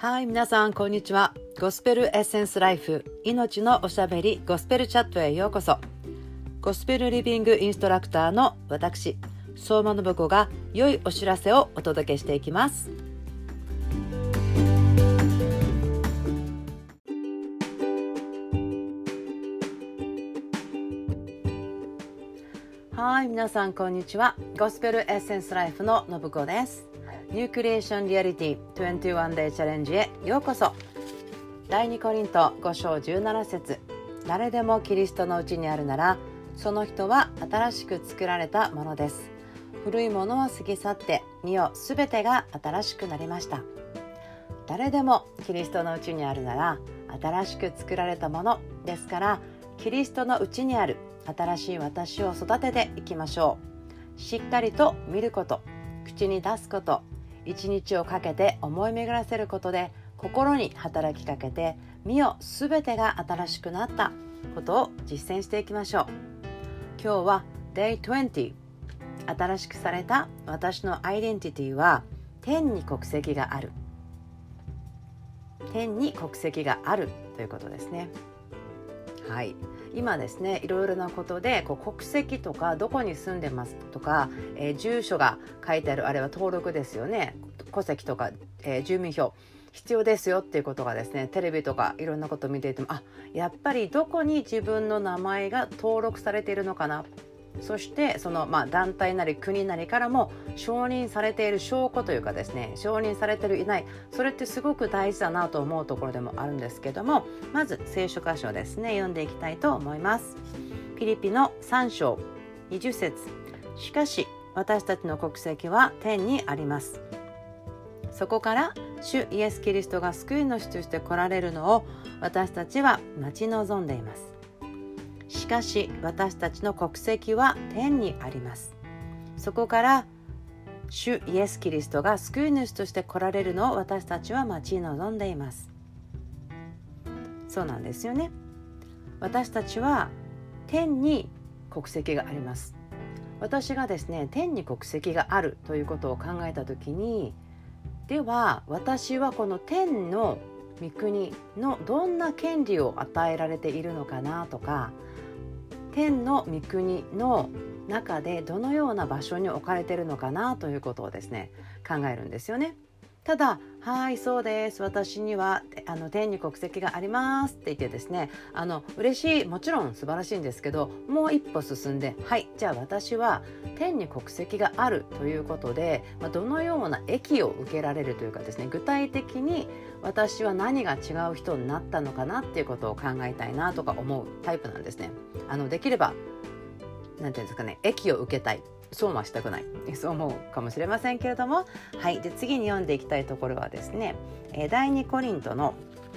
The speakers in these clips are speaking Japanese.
はい、皆さんこんにちは。ゴスペルエッセンスライフ、命のおしゃべりゴスペルチャットへようこそ。ゴスペルリビングインストラクターの私、相馬信子が良いお知らせをお届けしていきます。はい、皆さんこんにちは。ゴスペルエッセンスライフの信子です。ニュークリエーションリアリティ 21day チャレンジへようこそ。第2コリント5章17節、誰でもキリストのうちにあるなら、その人は新しく作られたものです。古いものは過ぎ去って、見よすべてが新しくなりました。誰でもキリストのうちにあるなら、新しく作られたものですから、キリストのうちにある新しい私を育てていきましょう。しっかりと見ること、口に出すこと、一日をかけて思い巡らせることで心に働きかけて、見よすべてが新しくなったことを実践していきましょう。今日は Day 20、新しくされた私のアイデンティティは天に国籍がある。天に国籍があるということですね。はい、今ですね、いろいろなことで国籍とかどこに住んでますとか、住所が書いてある、あれは登録ですよね。戸籍とか、住民票必要ですよっていうことがですね、テレビとかいろんなことを見ていても、やっぱりどこに自分の名前が登録されているのかな、そしてその団体なり国なりからも承認されている証拠というかですね、承認されているいない、それってすごく大事だなと思うところでもあるんですけども、まず聖書箇所ですね、読んでいきたいと思います。ピリピの3章20節、しかし私たちの国籍は天にあります。そこから主イエス・キリストが救い主として来られるのを私たちは待ち望んでいます。しかし私たちの国籍は天にあります。そこから主イエス・キリストが救い主として来られるのを私たちは待ち望んでいます。そうなんですよね。私たちは天に国籍があります。私がですね、天に国籍があるということを考えたときに、では私はこの天の御国のどんな権利を与えられているのかなとか、天の御国の中でどのような場所に置かれているのかなということをですね、考えるんですよね。ただ、はいそうです、私には天に国籍がありますって言ってですね、嬉しい、もちろん素晴らしいんですけど、もう一歩進んで、はい、じゃあ私は天に国籍があるということで、どのような益を受けられるというかですね、具体的に私は何が違う人になったのかなっていうことを考えたいなとか思うタイプなんですね。できればなんていうんですかね、益を受けたい、損はしたくない、そう思うかもしれませんけれども、はい、で次に読んでいきたいところはですね、第2コリントの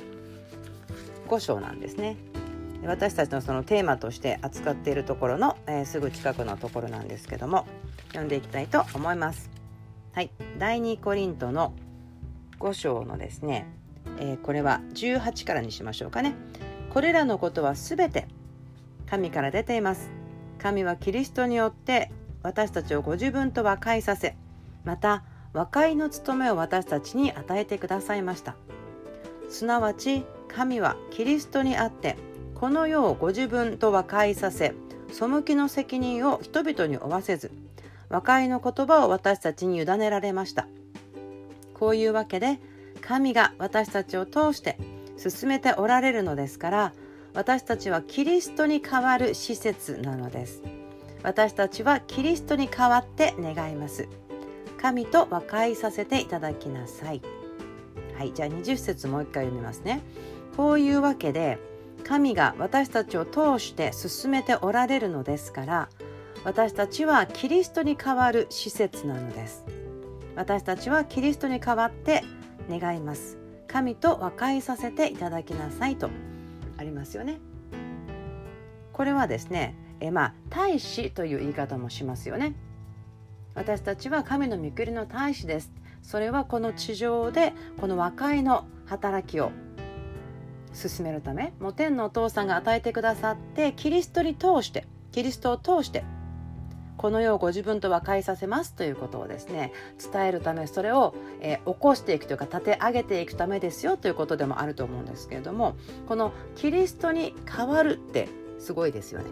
5章なんですね。私たちのそのテーマとして扱っているところの、すぐ近くのところなんですけども、読んでいきたいと思います。はい、第2コリントの5章のですね、これは18からにしましょうかね。これらのことはすべて神から出ています。神はキリストによって私たちをご自分と和解させ、また和解の務めを私たちに与えてくださいました。すなわち神はキリストにあってこの世をご自分と和解させ、背きの責任を人々に負わせず、和解の言葉を私たちに委ねられました。こういうわけで神が私たちを通して進めておられるのですから、私たちはキリストに代わる施設なのです。私たちはキリストに代わって願います。神と和解させていただきなさい。はい、じゃあ20節もう一回読みますね。こういうわけで神が私たちを通して進めておられるのですから、私たちはキリストに代わる施設なのです。私たちはキリストに代わって願います。神と和解させていただきなさいとありますよね。これはですね、大使という言い方もしますよね。私たちは神の御国の大使です。それはこの地上でこの和解の働きを進めるため、天のお父さんが与えてくださって、キリストを通してこの世をご自分と和解させますということをですね伝えるため、それを、起こしていくというか立て上げていくためですよということでもあると思うんですけれども、このキリストに変わるってすごいですよね。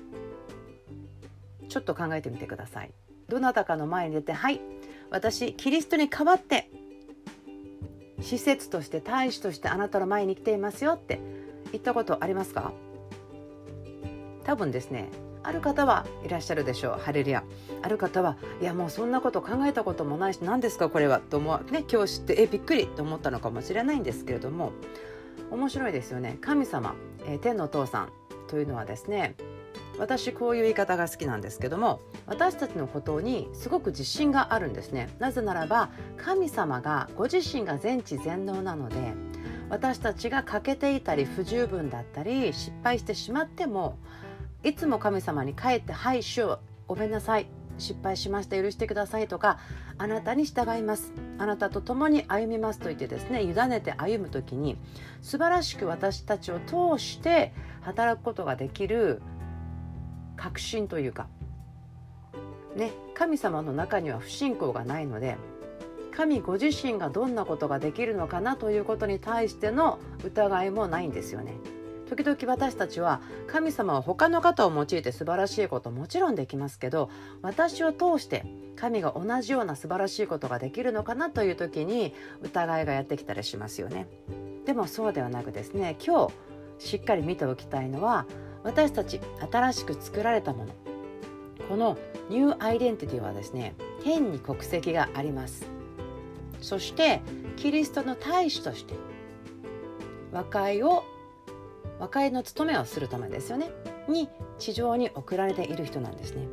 ちょっと考えてみてください。どなたかの前に出て、はい、私キリストに変わって使節として大使としてあなたの前に来ていますよって言ったことありますか？多分ですね、ある方はいらっしゃるでしょう。ハレルヤ。ある方は、いやもうそんなこと考えたこともないし、何ですかこれはと思うね、今日知ってびっくりと思ったのかもしれないんですけれども、面白いですよね。神様、天のお父さんというのはですね、私こういう言い方が好きなんですけども、私たちのことにすごく自信があるんですね。なぜならば神様がご自身が全知全能なので、私たちが欠けていたり不十分だったり失敗してしまっても、いつも神様に帰って、はい主よごめんなさい、失敗しました、許してくださいとか、あなたに従います、あなたと共に歩みますと言ってですね、委ねて歩むときに素晴らしく私たちを通して働くことができる確信というかね、神様の中には不信仰がないので、神ご自身がどんなことができるのかなということに対しての疑いもないんですよね。時々私たちは神様は他の方を用いて素晴らしいこともちろんできますけど、私を通して神が同じような素晴らしいことができるのかなという時に疑いがやってきたりしますよね。でもそうではなくですね、今日しっかり見ておきたいのは、私たち新しく作られたもの、このニューアイデンティティはですね、天に国籍があります。そしてキリストの大使として和解の務めをするためですよね、に地上に送られている人なんですね。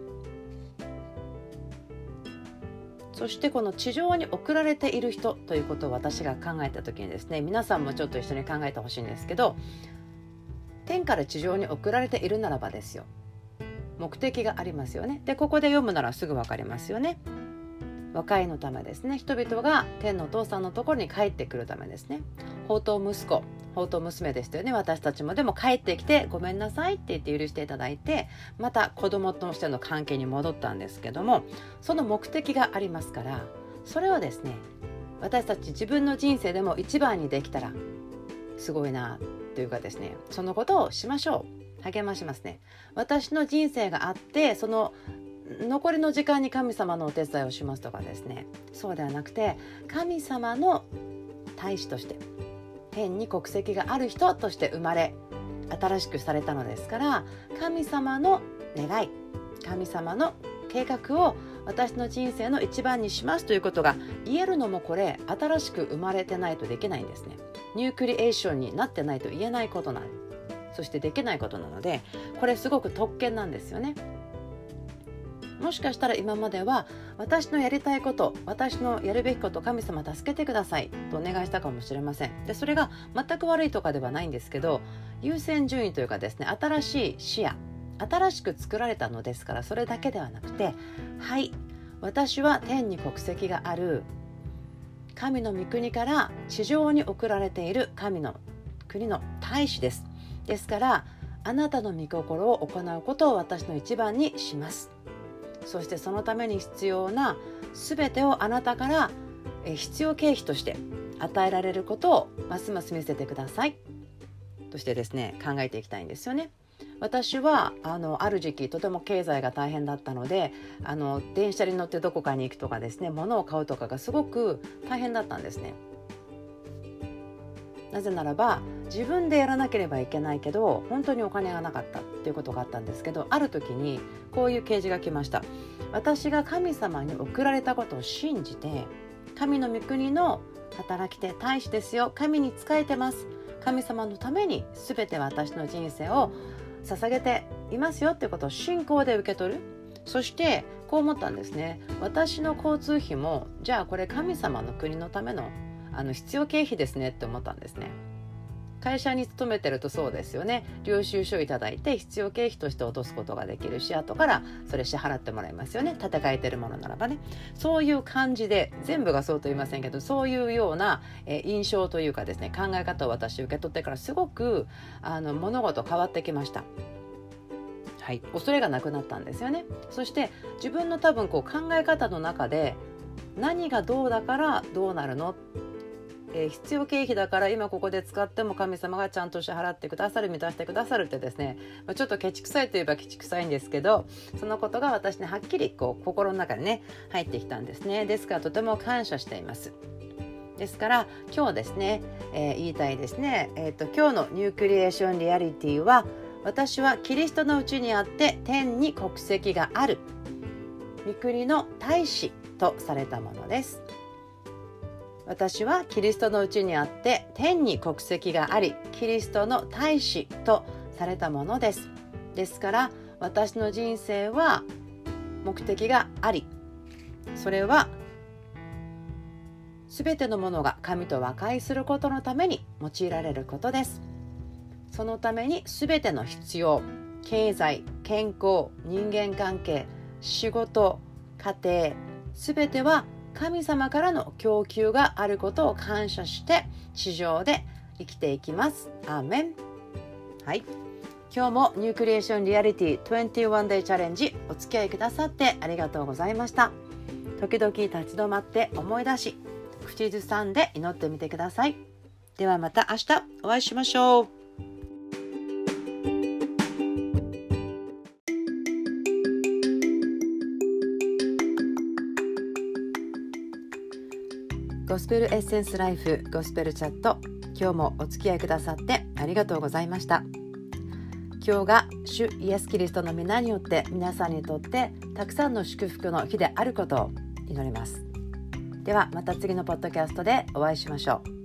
そしてこの地上に送られている人ということを私が考えた時にですね、皆さんもちょっと一緒に考えてほしいんですけど、天から地上に送られているならばですよ、目的がありますよね。でここで読むならすぐ分かりますよね。和解のためですね。人々が天のお父さんのところに帰ってくるためですね。放蕩息子、放蕩娘でしたよね。私たちもでも帰ってきてごめんなさいって言って許していただいて、また子供としての関係に戻ったんですけども、その目的がありますから、それをですね、私たち自分の人生でも一番にできたらすごいなというかですね、そのことをしましょう。励ましますね。私の人生があって、その残りの時間に神様のお手伝いをしますとかですね、そうではなくて、神様の大使として天に国籍がある人として生まれ新しくされたのですから、神様の願い、神様の計画を私の人生の一番にしますということが言えるのも、これ新しく生まれてないとできないんですね。ニュークリエーションになってないと言えないことなん、そしてできないことなので、これすごく特権なんですよね。もしかしたら今までは私のやりたいこと、私のやるべきこと、神様助けてくださいとお願いしたかもしれません。でそれが全く悪いとかではないんですけど、優先順位というかですね、新しい視野、新しく作られたのですから、それだけではなくて、はい、私は天に国籍がある神の御国から地上に送られている神の国の大使です。ですからあなたの御心を行うことを私の一番にします。そしてそのために必要な全てをあなたから必要経費として与えられることをますます見せてくださいとしてですね、考えていきたいんですよね。私はある時期とても経済が大変だったので、電車に乗ってどこかに行くとかですね、物を買うとかがすごく大変だったんですね。なぜならば自分でやらなければいけないけど本当にお金がなかったっていうことがあったんですけど、ある時にこういう啓示が来ました。私が神様に送られたことを信じて、神の御国の働き手、大使ですよ、神に仕えてます、神様のために全て私の人生を捧げていますよっていうことを信仰で受け取る。そしてこう思ったんですね。私の交通費もじゃあこれ神様の国のための必要経費ですねって思ったんですね。会社に勤めてるとそうですよね。領収書いただいて必要経費として落とすことができるし、後からそれ支払ってもらいますよね。建て替えてるものならばね。そういう感じで、全部がそうと言いませんけど、そういうような印象というかですね、考え方を私受け取ってからすごく物事変わってきました。 恐れがなくなったんですよね。そして自分の多分考え方の中で、何がどうだからどうなるの、必要経費だから今ここで使っても神様がちゃんと支払ってくださる、満たしてくださるってですね、ちょっとケチくさいといえばケチくさいんですけど、そのことが私ねはっきり心の中にね入ってきたんですね。ですからとても感謝しています。ですから今日ですね、言いたいですね、今日のニュークリエーションリアリティは、私はキリストのうちにあって天に国籍がある御国の大使とされたものです。私はキリストのうちにあって天に国籍があり、キリストの大使とされたものです。ですから私の人生は目的があり、それはすべてのものが神と和解することのために用いられることです。そのためにすべての必要、経済、健康、人間関係、仕事、家庭、すべては神様からの供給があることを感謝して地上で生きていきます。アーメン。はい、今日もニュークリエーションリアリティ 21day チャレンジお付き合いくださってありがとうございました。時々立ち止まって思い出し、口ずさんで祈ってみてください。ではまた明日お会いしましょう。ゴスペルエッセンスライフゴスペルチャット、今日もお付き合いくださってありがとうございました。今日が主イエスキリストの皆によって皆さんにとってたくさんの祝福の日であることを祈ります。ではまた次のポッドキャストでお会いしましょう。